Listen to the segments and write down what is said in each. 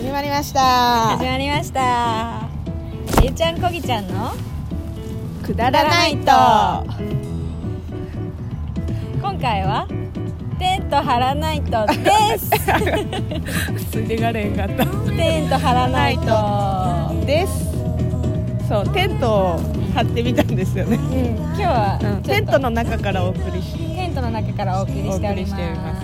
始まりました。 始まりました。ゆうちゃんこぎちゃんのくだらないと。 今回はテント張らないとですついでがれんかったテント張らないとです。そう、テントを張ってみたんですよね、 今日は、 テントの中からお送りしテントの中からお送りしております。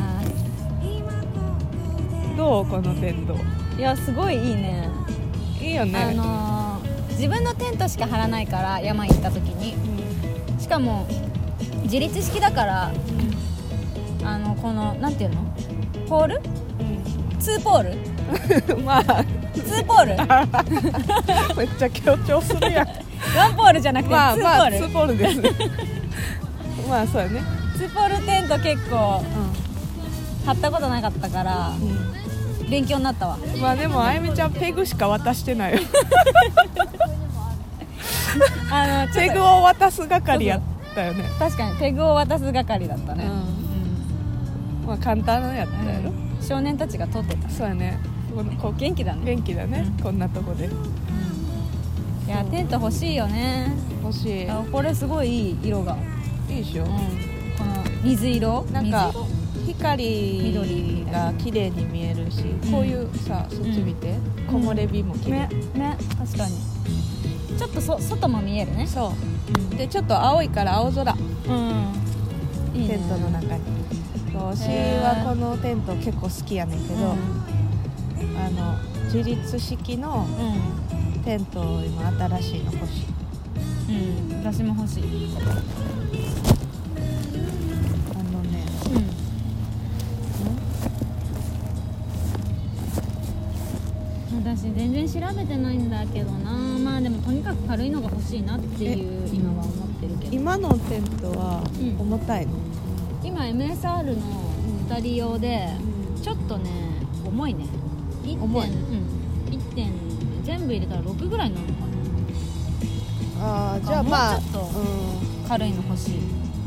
どうこのテント。 いや、すごいいいね。 いいよね。 自分のテントしか張らないから、山行った時に、しかも自立式だから、このなんていうの、ポール、2ポールまあ 2ポールめっちゃ強調するやん 1ポールじゃなくて2ポール、 2ポールですねまあそうやね。 2ポールテント結構、張ったことなかったから、勉強になったわ。 まあでもあゆみちゃんペグしか渡してないよペグを渡す係やったよね。 確かにペグを渡す係だったね、 まあ簡単なやったやろ、 少年たちが撮ってた。 そうやね。こう元気だね。 元気だね、こんなとこで、 いや、テント欲しいよね。 欲しい。 これすごいいい色がいいでしょ、 この水色、 なんか光が綺麗に見えるし、こういうさ、そっち見て、木漏れ日も綺麗、 ね、確かにちょっと外も見えるね。 そう、でちょっと青いから青空、 いいね、 テントの中に。私はこのテント結構好きやねんけど、自立式のテントを今新しいの欲しい。 私も欲しい。私全然調べてないんだけどな。まあでもとにかく軽いのが欲しいなっていう今は思ってるけど。 今のテントは重たいの？ 今 MSR の2人用でちょっとね、重いね。 重い。 全部入れたら6ぐらいなのかな。 じゃあまあもうちょっと軽いの欲しい。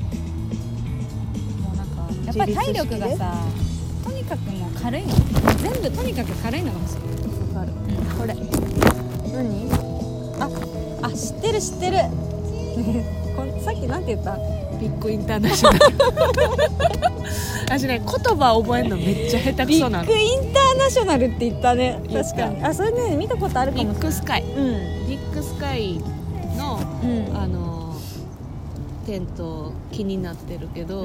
もうなんかやっぱり体力がさ、とにかくもう軽いの、全部とにかく軽いのが欲しい。 わかる。これ何？ 知ってるさっきなんて言った？ ビッグインターナショナル私ね、言葉覚えるのめっちゃ下手くそなの。 ビッグインターナショナルって言ったね。確かに。それね、見たことあるかもしれない。 ビッグスカイ、ビッグスカイの、テント気になってるけど、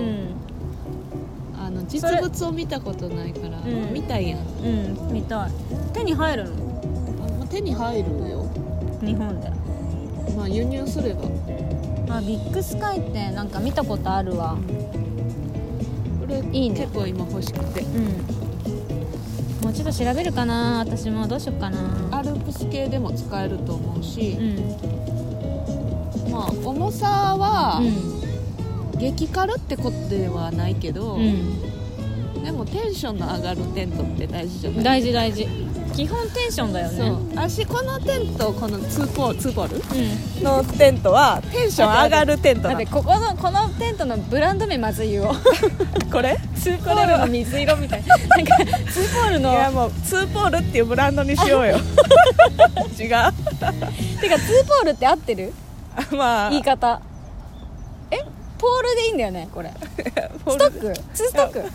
実物を見たことないから、見たいやん。 見たい。手に入るの？ 手に入るよ、 日本で。 まあ輸入すれば。 ビッグスカイってなんか見たことあるわ。 これいいね。結構今欲しくて、 もうちょっと調べるかな。私もどうしようかな。 アルプス系でも使えると思うし、まあ重さは、激軽ってことではないけど、でもテンションの上がるテントって大事じゃない？大事。基本テンションだよね。そう。 私このテント、この2ポール、のテントはテンション上がるテントなの。 だってこのテントのブランド名まず言おうこれ 2ポールの水色みたいな。なんか2ポールの、 いやもう2ポールっていうブランドにしようよ違うてか2ポールって合ってる？ まあ言い方。ポールでいいんだよね、これストック2ストック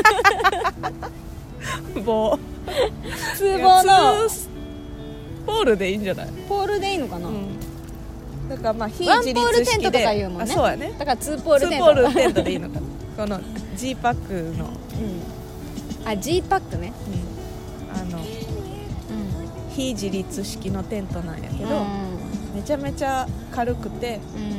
棒 2棒のポールでいいんじゃない？ ポールでいいのかな、 だからまあ非ワン自ポールテント立式で、 とか言うもんね。 そうやね。 だから2ポールテント。 2ポールテントでいいのかなこの G パックの、 G パックね、 非自立式のテントなんやけど、めちゃめちゃ軽くて、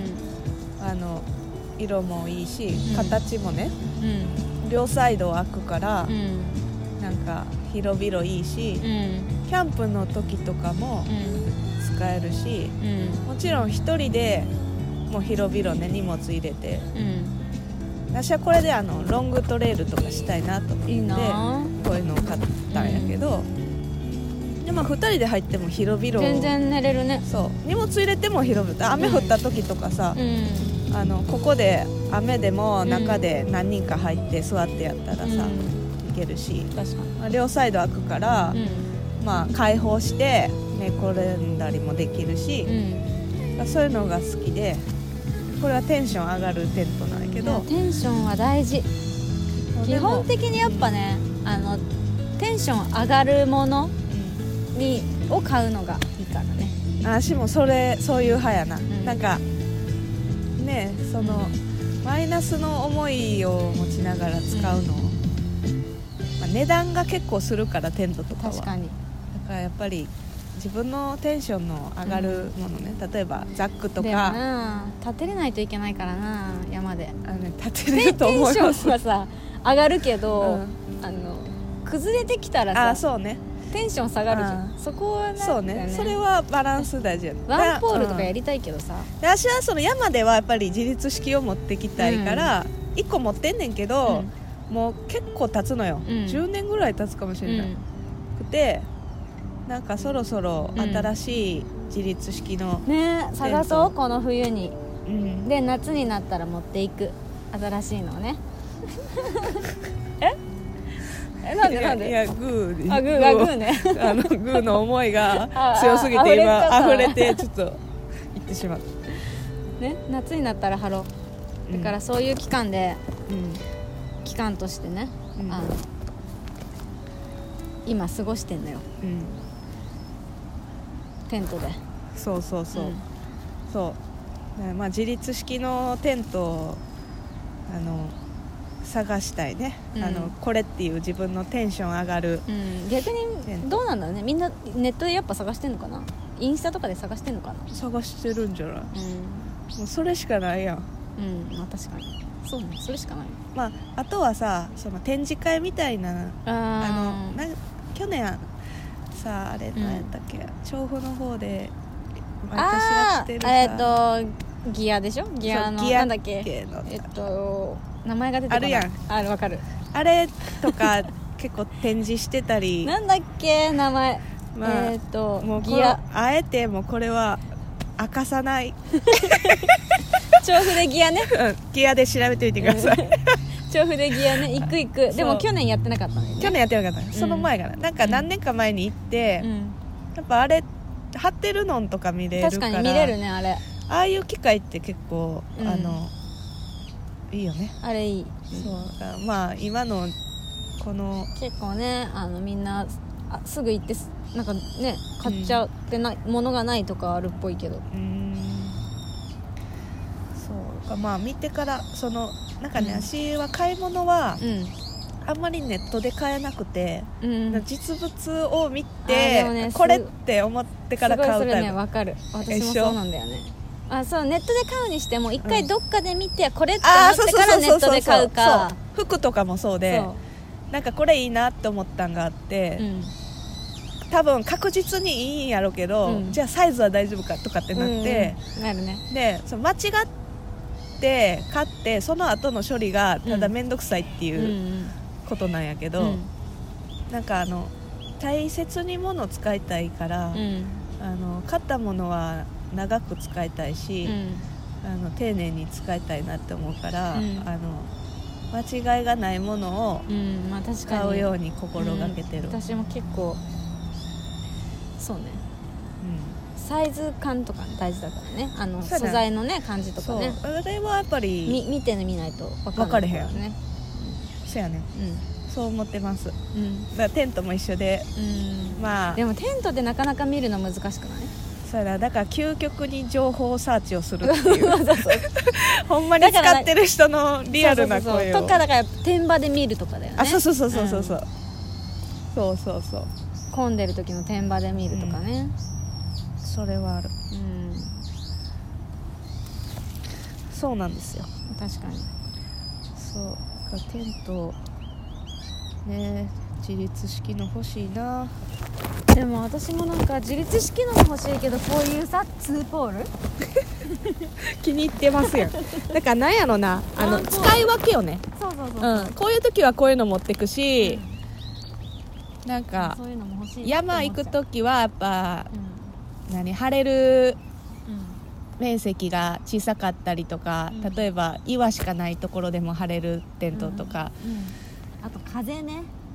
色もいいし、形もね、両サイド開くから、なんか広々いいし、キャンプの時とかも使えるし、もちろん一人でもう広々ね、荷物入れて、私はこれでロングトレイルとかしたいなと思って、 いいなこういうのを買ったんやけど、でも2人で入っても広々、 全然寝れるね。 そう荷物入れても広々、雨降った時とかさ、ここで雨でも中で何人か入って座ってやったらさ、いけるし、 確かに、 両サイド開くから、 まあ、開放して寝転んだりもできるし、そういうのが好きで、これはテンション上がるテントなんやけど、 テンションは大事。基本的にやっぱね、テンション上がるものを買うのがいいからね。 私もそういう派やな、なんかね、そのマイナスの思いを持ちながら使うの、まあ、値段が結構するから、テントとかは。 確かに。 だからやっぱり自分のテンションの上がるものね、例えばザックとでもかな、立てれないといけないからな、山で。 立てれると思います。 テンションはさ上がるけど、崩れてきたらさ、 そうね、 テンション下がるじゃん。そこはなんだよね。 そうね、それはバランス大事やね。 ワンポールとかやりたいけどさ、 私はその山ではやっぱり自立式を持ってきたいから、1個持ってんねんけど、もう結構経つのよ、10年ぐらい経つかもしれない、くて、なんかそろそろ新しい自立式の、 ね、探そう、この冬に、で夏になったら持っていく新しいのをね。なんでいやグーねグーの思いが強すぎて今溢れてちょっと言ってしまったね。夏になったら貼ろう。だからそういう期間で、期間としてね、今過ごしてんのよ、テントで。そう、 まあ、自立式のテントを探したいね、これっていう自分のテンション上がる、 逆にどうなんだろうね。みんなネットでやっぱ探してんのかな、インスタとかで探してんのかな。 探してるんじゃない、もうそれしかないやん。 まあ確かにそうね、それしかない。 まあ、あとはさ、その展示会みたいな、去年さ、あれ何やったっけ、調布の方で毎年やってるさ、 ギアでしょ、ギアのなんだっけ、名前が出てこない。 あるやん、 わかる。 あれとか結構展示してたりなんだっけ名前、 もうギア、 あえてもうこれは明かさない調布でギアね、 ギアで調べてみてください。 調布でギアね、行く。でも去年やってなかったね。 去年やってなかった、その前がなんか何年か前に行って、やっぱあれ貼ってるのんとか見れるから、 確かに見れるね、あれ。 ああいう機会って結構、いいよね。 あれいい。 そう、まあ今のこの結構ね、みんなすぐ行ってなんかね買っちゃってない、ものがないとかあるっぽいけど、 そうか、まあ見てからそのなんかね、私は買い物は、あんまりネットで買えなくて、実物を見て、これって思ってから買うタイプ。すごいそれね、分かる。私もそうなんだよね。そうネットで買うにしても一回どっかで見て、これって思ってからネットで買うか、 服とかもそうで、なんかこれいいなって思ったんがあって、多分確実にいいんやろうけど、じゃあサイズは大丈夫かとかってなって、 なるね。 でその間違って買って、その後の処理がただ面倒くさいっていうことなんやけど、なんか大切に物を使いたいから、買ったものは長く使いたいし、丁寧に使いたいなって思うから、間違いがないものを買うように心がけてる。 私も結構そうね、サイズ感とか大事だからね、素材のね感じとかね。 そう、あれはやっぱり見てみないと分かれへんよね。 そうやね、そう思ってます。だからテントも一緒で、まあでもテントでなかなか見るの難しくない？ そうだから究極に情報サーチをするっていうほんまに使ってる人のリアルな声をとか、だから天場で見るとかだよね。 そう混んでる時の天場で見るとかね、 それはある。そうなんですよ。 確かに。 そうテントね、自立式の欲しいな。 でも私もなんか自立式のも欲しいけど、こういうさ2ポール気に入ってますよ。だからなんやろな、使い分けよね。 そう、 こういう時はこういうの持ってくし、なんかそういうのも欲しい。 山行く時はやっぱ、晴れる面積が小さかったりとか、例えば岩しかないところでも晴れるテントとか、 あと風ね。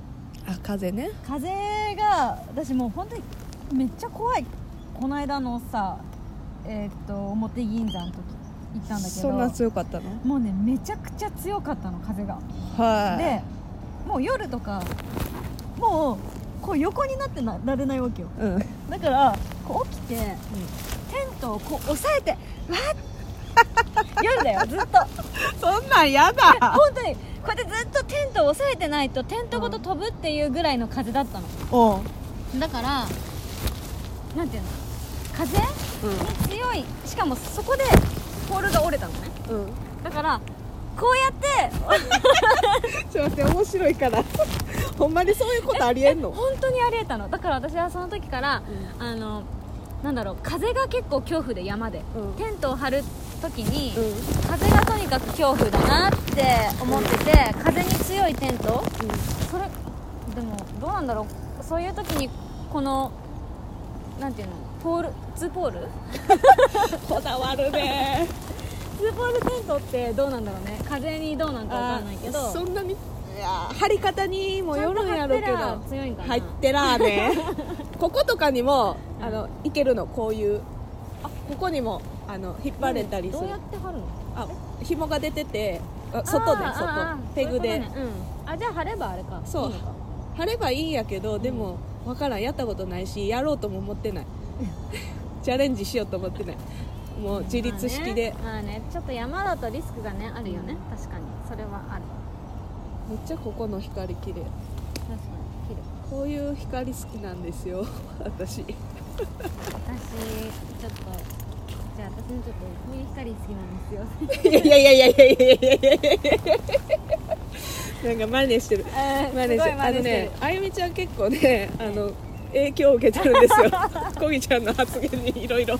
あ、風ね。 風が私もう本当にめっちゃ怖い。この間のさ表銀座の時行ったんだけど、 そんな強かったの？ もうねめちゃくちゃ強かったの風が。 はい。 でもう夜とかもうこう横になってられないわけよ、 うん、 だからこう起きて、テントをこう押さえてわっ夜だよずっとそんなんやだ。 本当にこうやってずっとテントを押さえてないとテントごと飛ぶっていうぐらいの風だったの。だからなんていうの、風に強い、しかもそこでポールが折れたのね、だからこうやってちょっと待って、面白いからほんまにそういうことありえんの？ 本当にありえたの。だから私はその時から、なんだろう、風が結構恐怖で山で、テントを張る時に、風がとにかく恐怖だなって思ってて、風に強いテント、それでもどうなんだろう、そういう時にこのなんていうの、ポール2ポールこだわるね。 2ポールテントってどうなんだろうね、風にどうなんか分かんないけど、 そんなに、いや張り方にもよるんやろうけど、 強いんかな、 入ってらーねこことかにもいけるの、こういう、ここにも引っ張れたりする。 どうやって貼るの？ 紐が出てて、外で、ペグで、 じゃあ貼ればあれか、 そう、 いいのか、 貼ればいいんやけど、でも分からん、やったことないし、やろうとも思ってないチャレンジしようと思ってない。もう自立式で、 ちょっと山だとリスクがねあるよね、確かにそれはある。 めっちゃここの光綺麗。 確かに綺麗。 こういう光好きなんですよ私。 私ちょっと、じゃあ私もちょっとこういう光好きなんですよいやなんか真似してる、真似してる。あゆみちゃん結構ね、影響を受けてるんですよこぎちゃんの発言にいろいろ。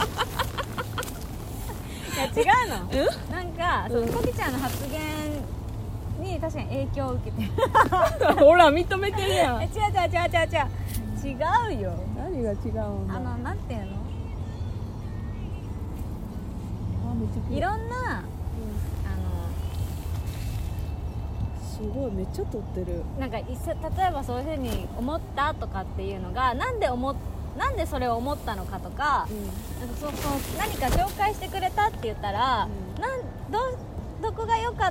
いや違うの、なんかそのこぎちゃんの発言に確かに影響を受けてるほら認めてるやん。 違うよ。 何が違うの？ なんていうの、 めっちゃ綺麗。 いろんな、 すごいめっちゃ撮ってる。 なんか例えばそういう風に思ったとかっていうのがなんでそれを思ったのかとか、なんかその何か紹介してくれたって言ったら、どこが良かった、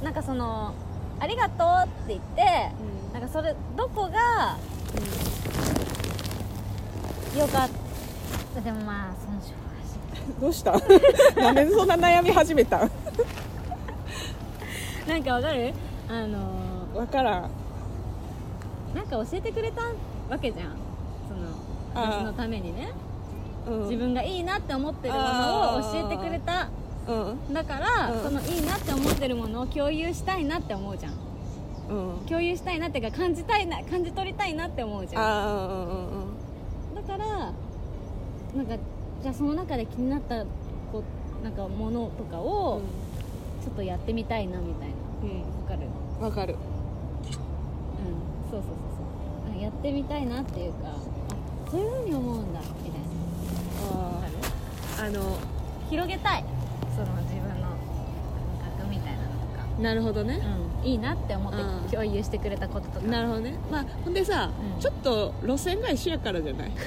なんかそのありがとうって言って、なんかそれどこが良かった、でもまあそのどうしたなんでそんな悩み始めたんなんかわかる？ わからん。 なんか教えてくれたわけじゃん、その私のためにね、自分がいいなって思ってるものを教えてくれた、だから、そのいいなって思ってるものを共有したいなって思うじゃん、共有したいなっていうか感じ取りたいなって思うじゃん、だからなんかじゃあその中で気になったなんかものとかをちょっとやってみたいなみたいな、わかる、そうやってみたいなっていうか、そういう風に思うんだみたいな、広げたい、その自分の感覚みたいなのとか。 なるほどね、 いいなって思って共有してくれたこととか。 なるほどね。まあほんでさ、ちょっと路線が一緒やからじゃない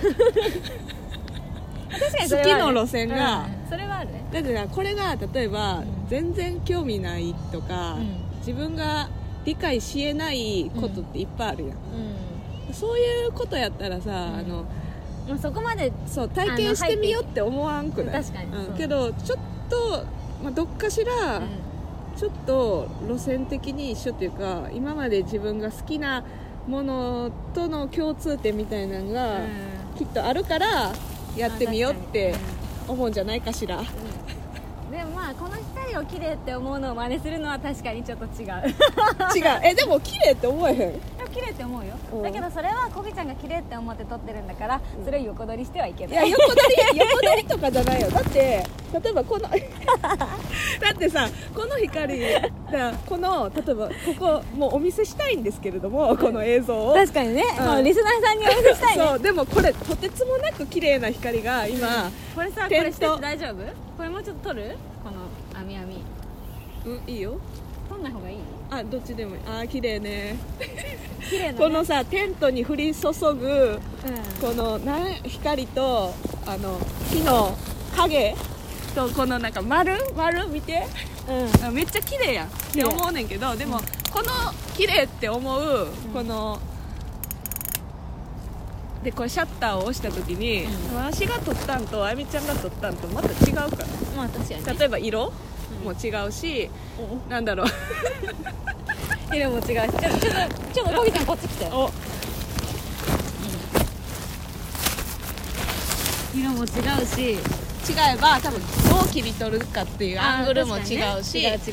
確かにそれはある、 好きの路線が、 それはあるね。 だってな、これが例えば、全然興味ないとか、自分が理解しえないことっていっぱいあるやん、そういうことやったらさ、 そこまでそう体験してみようって思わんくない？ 確かに、 けどちょっと、どっかしら、ちょっと路線的に一緒っていうか、今まで自分が好きなものとの共通点みたいなのが、きっとあるからやってみようって思うんじゃないかしら。 でもまあこの光を綺麗って思うのを真似するのは確かにちょっと違うでも綺麗って思えへん？ でも綺麗って思うよ、だけどそれはこぎちゃんが綺麗って思って撮ってるんだから、それを横取りしてはいけない。 いや横取りとかじゃないよ。だって例えばこのだってさ、この光だ、この例えばここもうお見せしたいんですけれども、この映像を確かにね、リスナーさんにお見せしたいねそう、でもこれとてつもなく綺麗な光が今、 これさ、これしてて大丈夫？これもうちょっと撮る？この網いいよ。 撮んない方がいい？ あ、どっちでもいい。あ、綺麗ね。 綺麗な、ね、 このさテントに降り注ぐ、 うん、 この光と木の影とこのなんか丸見て、うん、めっちゃ綺麗やんって思うねんけど、でも、この綺麗って思う、このでこれシャッターを押した時に、私が撮ったんとあゆみちゃんが撮ったんとまた違うから、 まあ確かに、ね、 例えば色も違うし、なんだろう色も違うし、ちょっとこぎちゃんこっち来て。お、色も違うし、 違えば多分どう切り取るかっていうアングルも違うし、 ね、違う、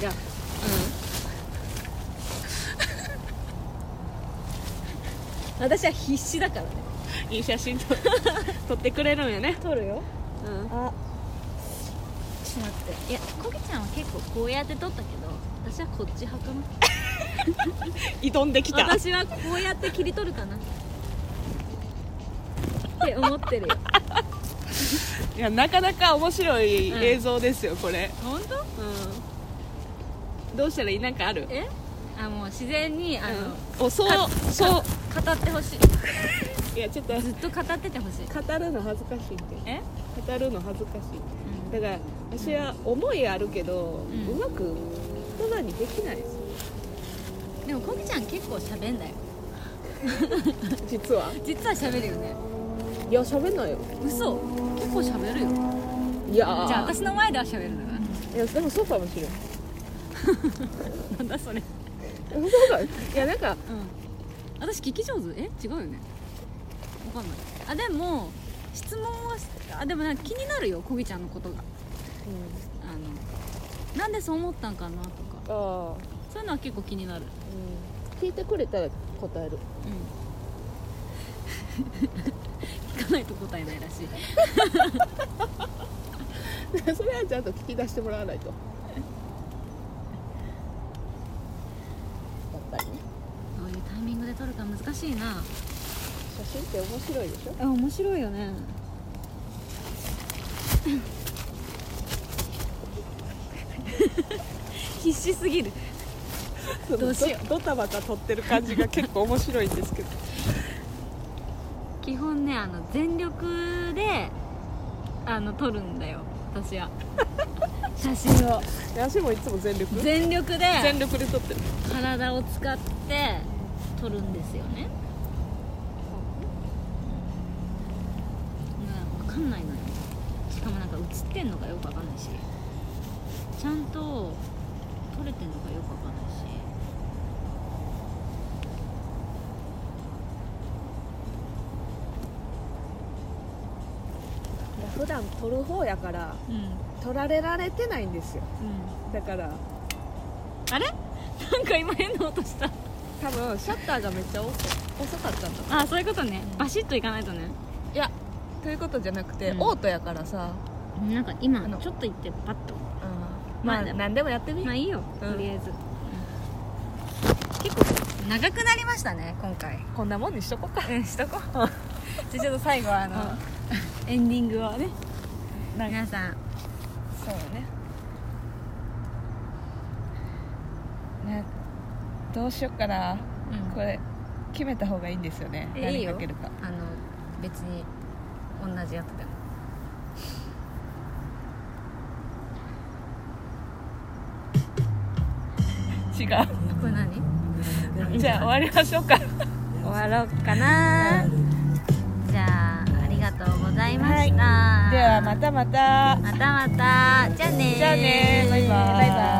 私は必死だからね。 いい写真撮ってくれるんよね。 撮るよ。 うん。 あ、ちょっと待って。いや、こぎちゃんは結構こうやって撮ったけど、私はこっち派かな。 挑んできた。 私はこうやって切り取るかなって思ってるよ。 いや、なかなか面白い映像ですよ、これ。 本当？ うん。どうしたらいい？なんかある？ もう自然にそう語ってほしい。 いや、ちょっとずっと語っててほしい。 語るの恥ずかしいって。語るの恥ずかしい、だから私は思いあるけど、うまく言葉にできないです。 でもこぎちゃん結構喋んだよ。 実は喋るよね。 いや、喋んないよ。 嘘？結構喋るよ。 いや、 じゃあ私の前では喋るんだな。 いや、でもそうかもしれん。 なんだそれ。 そうだ。いや、なんか、 私聞き上手？違うよね。わかんない。あ、でも質問はでもなんか気になるよ、こぎちゃんのことが。なんでそう思ったんかなとか。そういうのは結構気になる。聞いてくれたら答える。聞かないと答えないらしい。 それはちゃんと聞き出してもらわないと。やっぱりね。 どういうタイミングで撮るか難しいな。 写真って面白いでしょ。 面白いよね。必死すぎる。どうしよう。 ドタバタ撮ってる感じが結構面白いんですけど。 基本ね、全力で撮るんだよ、私は。写真を。 私もいつも全力で撮ってる。 体を使って撮るんですよね。分かんないのよ。しかもなんか映ってんのかよく分かんないし、ちゃんと撮れてんのかよく分かんないし。 普段撮る方やから、撮られてないんですよ、だからあれなんか今変な音した。 多分シャッターがめっちゃ遅かったんだ。 あ、そういうことね、バシッといかないとね。 いや、ということじゃなくて、オートやからさ、 なんか今ちょっと行ってパッと、 まあ何でもやってみ。 まあいいよ、とりあえず。結構長くなりましたね今回。 こんなもんにしとこうか。 しとこう。じゃあちょっと最後はエンディングをね、皆さん。 そうね。どうしよっかな、これ決めた方がいいんですよね。何かけるか。 別に同じやつでも。 違う。 これ何？ じゃあ終わりましょうか。 終わろうかな。じゃあありがとうございました。 ではまた。 じゃあね。 バイバイ。